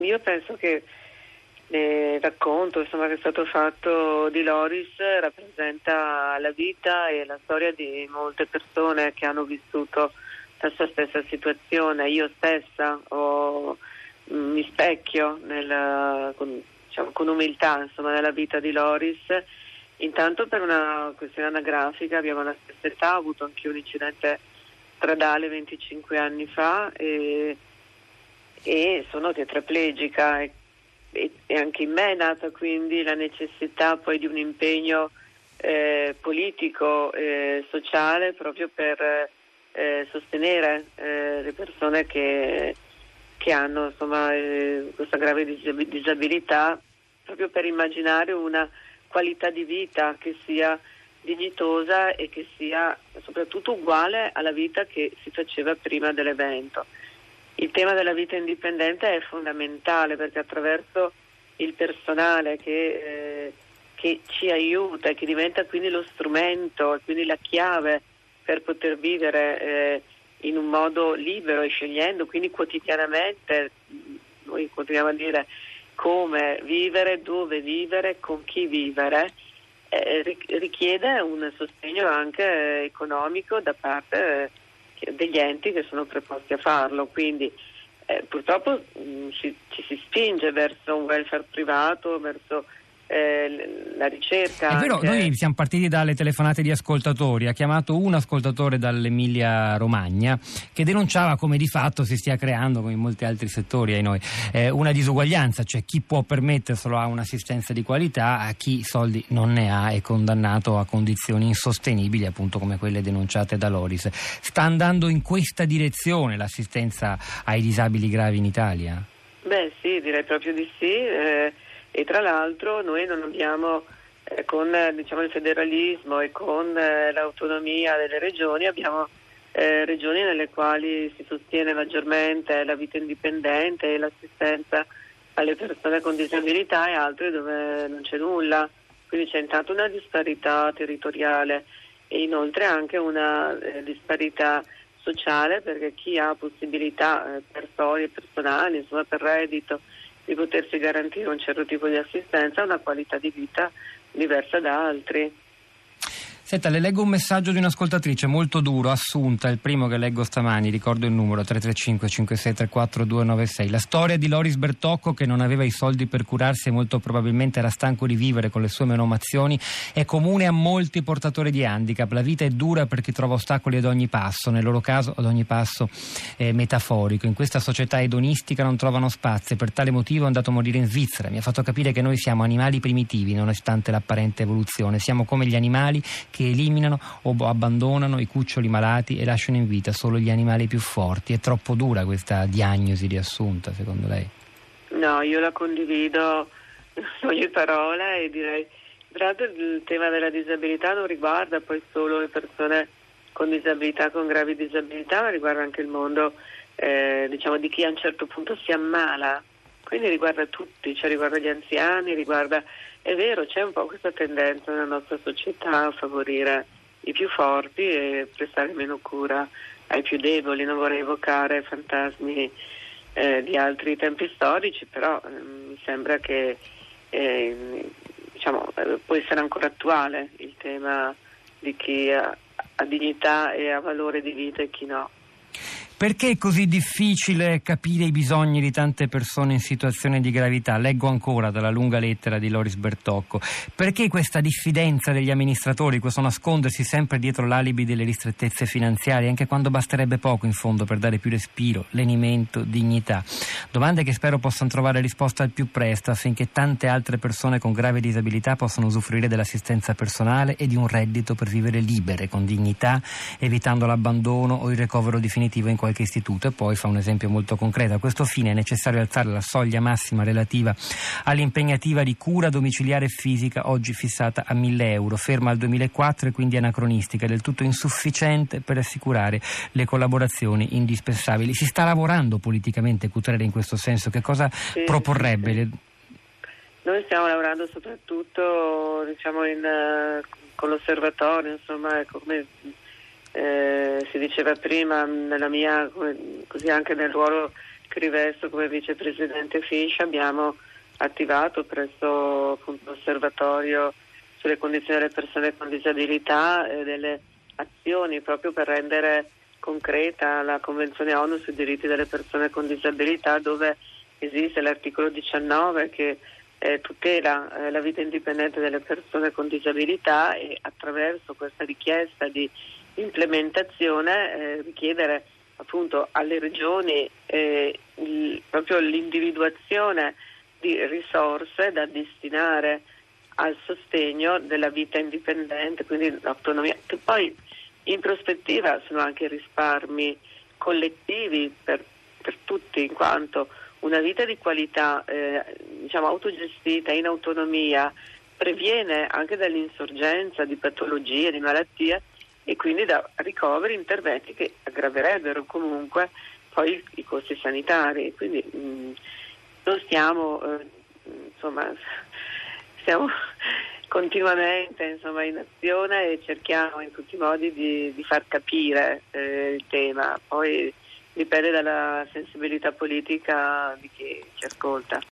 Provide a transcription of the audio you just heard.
Io penso che il racconto che è stato fatto di Loris rappresenta la vita e la storia di molte persone che hanno vissuto la sua stessa situazione. Io stessa mi specchio con umiltà nella vita di Loris. Intanto per una questione anagrafica abbiamo la stessa età, ho avuto anche un incidente stradale 25 anni fa e sono tetraplegica e anche in me è nata quindi la necessità poi di un impegno politico e sociale proprio per sostenere le persone che hanno questa grave disabilità, proprio per immaginare una qualità di vita che sia dignitosa e che sia soprattutto uguale alla vita che si faceva prima dell'evento. Il tema della vita indipendente è fondamentale perché attraverso il personale che ci aiuta e che diventa quindi lo strumento e quindi la chiave per poter vivere in un modo libero e scegliendo quindi quotidianamente, noi continuiamo a dire come vivere, dove vivere, con chi vivere, richiede un sostegno anche economico da parte degli enti che sono preposti a farlo, quindi purtroppo ci si spinge verso un welfare privato, verso la ricerca. È vero, anche... Noi siamo partiti dalle telefonate di ascoltatori. Ha chiamato un ascoltatore dall'Emilia Romagna che denunciava come di fatto si stia creando, come in molti altri settori, una disuguaglianza, cioè chi può permetterselo ha un'assistenza di qualità, a chi soldi non ne ha è condannato a condizioni insostenibili, appunto come quelle denunciate da Loris. Sta andando in questa direzione l'assistenza ai disabili gravi in Italia? Beh sì, direi proprio di sì. E tra l'altro noi non abbiamo, con il federalismo e con l'autonomia delle regioni, abbiamo regioni nelle quali si sostiene maggiormente la vita indipendente e l'assistenza alle persone con disabilità e altre dove non c'è nulla. Quindi c'è intanto una disparità territoriale e inoltre anche una disparità sociale, perché chi ha possibilità per storie personali, per reddito, di potersi garantire un certo tipo di assistenza, una qualità di vita diversa da altri. Senta, le leggo un messaggio di un'ascoltatrice molto duro, Assunta, il primo che leggo stamani, ricordo il numero 335 5634 296. La storia di Loris Bertocco, che non aveva i soldi per curarsi e molto probabilmente era stanco di vivere con le sue menomazioni, è comune a molti portatori di handicap. La vita è dura per chi trova ostacoli ad ogni passo, nel loro caso ad ogni passo metaforico. In questa società edonistica non trovano spazio e per tale motivo è andato a morire in Svizzera. Mi ha fatto capire che noi siamo animali primitivi nonostante l'apparente evoluzione. Siamo come gli animali che eliminano o abbandonano i cuccioli malati e lasciano in vita solo gli animali più forti. È troppo dura questa diagnosi di Assunta, secondo lei? No, io la condivido ogni parola e direi, tra l'altro, il tema della disabilità non riguarda poi solo le persone con disabilità, con gravi disabilità, ma riguarda anche il mondo di chi a un certo punto si ammala, quindi riguarda tutti, cioè riguarda gli anziani, è vero, c'è un po' questa tendenza nella nostra società a favorire i più forti e prestare meno cura ai più deboli. Non vorrei evocare fantasmi di altri tempi storici, però mi sembra che può essere ancora attuale il tema di chi ha dignità e ha valore di vita e chi no. Perché è così difficile capire i bisogni di tante persone in situazione di gravità? Leggo ancora dalla lunga lettera di Loris Bertocco. Perché questa diffidenza degli amministratori, questo nascondersi sempre dietro l'alibi delle ristrettezze finanziarie, anche quando basterebbe poco in fondo per dare più respiro, lenimento, dignità? Domande che spero possano trovare risposta al più presto affinché tante altre persone con grave disabilità possano usufruire dell'assistenza personale e di un reddito per vivere libere, con dignità, evitando l'abbandono o il ricovero definitivo in qualche istituto. E poi fa un esempio molto concreto: a questo fine è necessario alzare la soglia massima relativa all'impegnativa di cura domiciliare fisica, oggi fissata a 1.000 euro, ferma al 2004 e quindi anacronistica, del tutto insufficiente per assicurare le collaborazioni indispensabili. Si sta lavorando politicamente, Cutrella, in questo senso? Che cosa proporrebbe? Sì. Noi stiamo lavorando soprattutto con l'osservatorio, come si diceva prima, nella mia, così anche nel ruolo Scrivesto come vicepresidente Fish abbiamo attivato presso appunto, l'osservatorio sulle condizioni delle persone con disabilità delle azioni proprio per rendere concreta la Convenzione ONU sui diritti delle persone con disabilità, dove esiste l'articolo 19 che tutela la vita indipendente delle persone con disabilità, e attraverso questa richiesta di implementazione richiedere appunto alle regioni proprio l'individuazione di risorse da destinare al sostegno della vita indipendente, quindi l'autonomia, che poi in prospettiva sono anche risparmi collettivi per tutti, in quanto una vita di qualità autogestita, in autonomia, previene anche dall'insorgenza di patologie, di malattie, e quindi da ricoveri, interventi che aggraverebbero comunque poi i costi sanitari. Quindi non stiamo continuamente in azione e cerchiamo in tutti i modi di far capire il tema. Poi dipende dalla sensibilità politica di chi ci ascolta.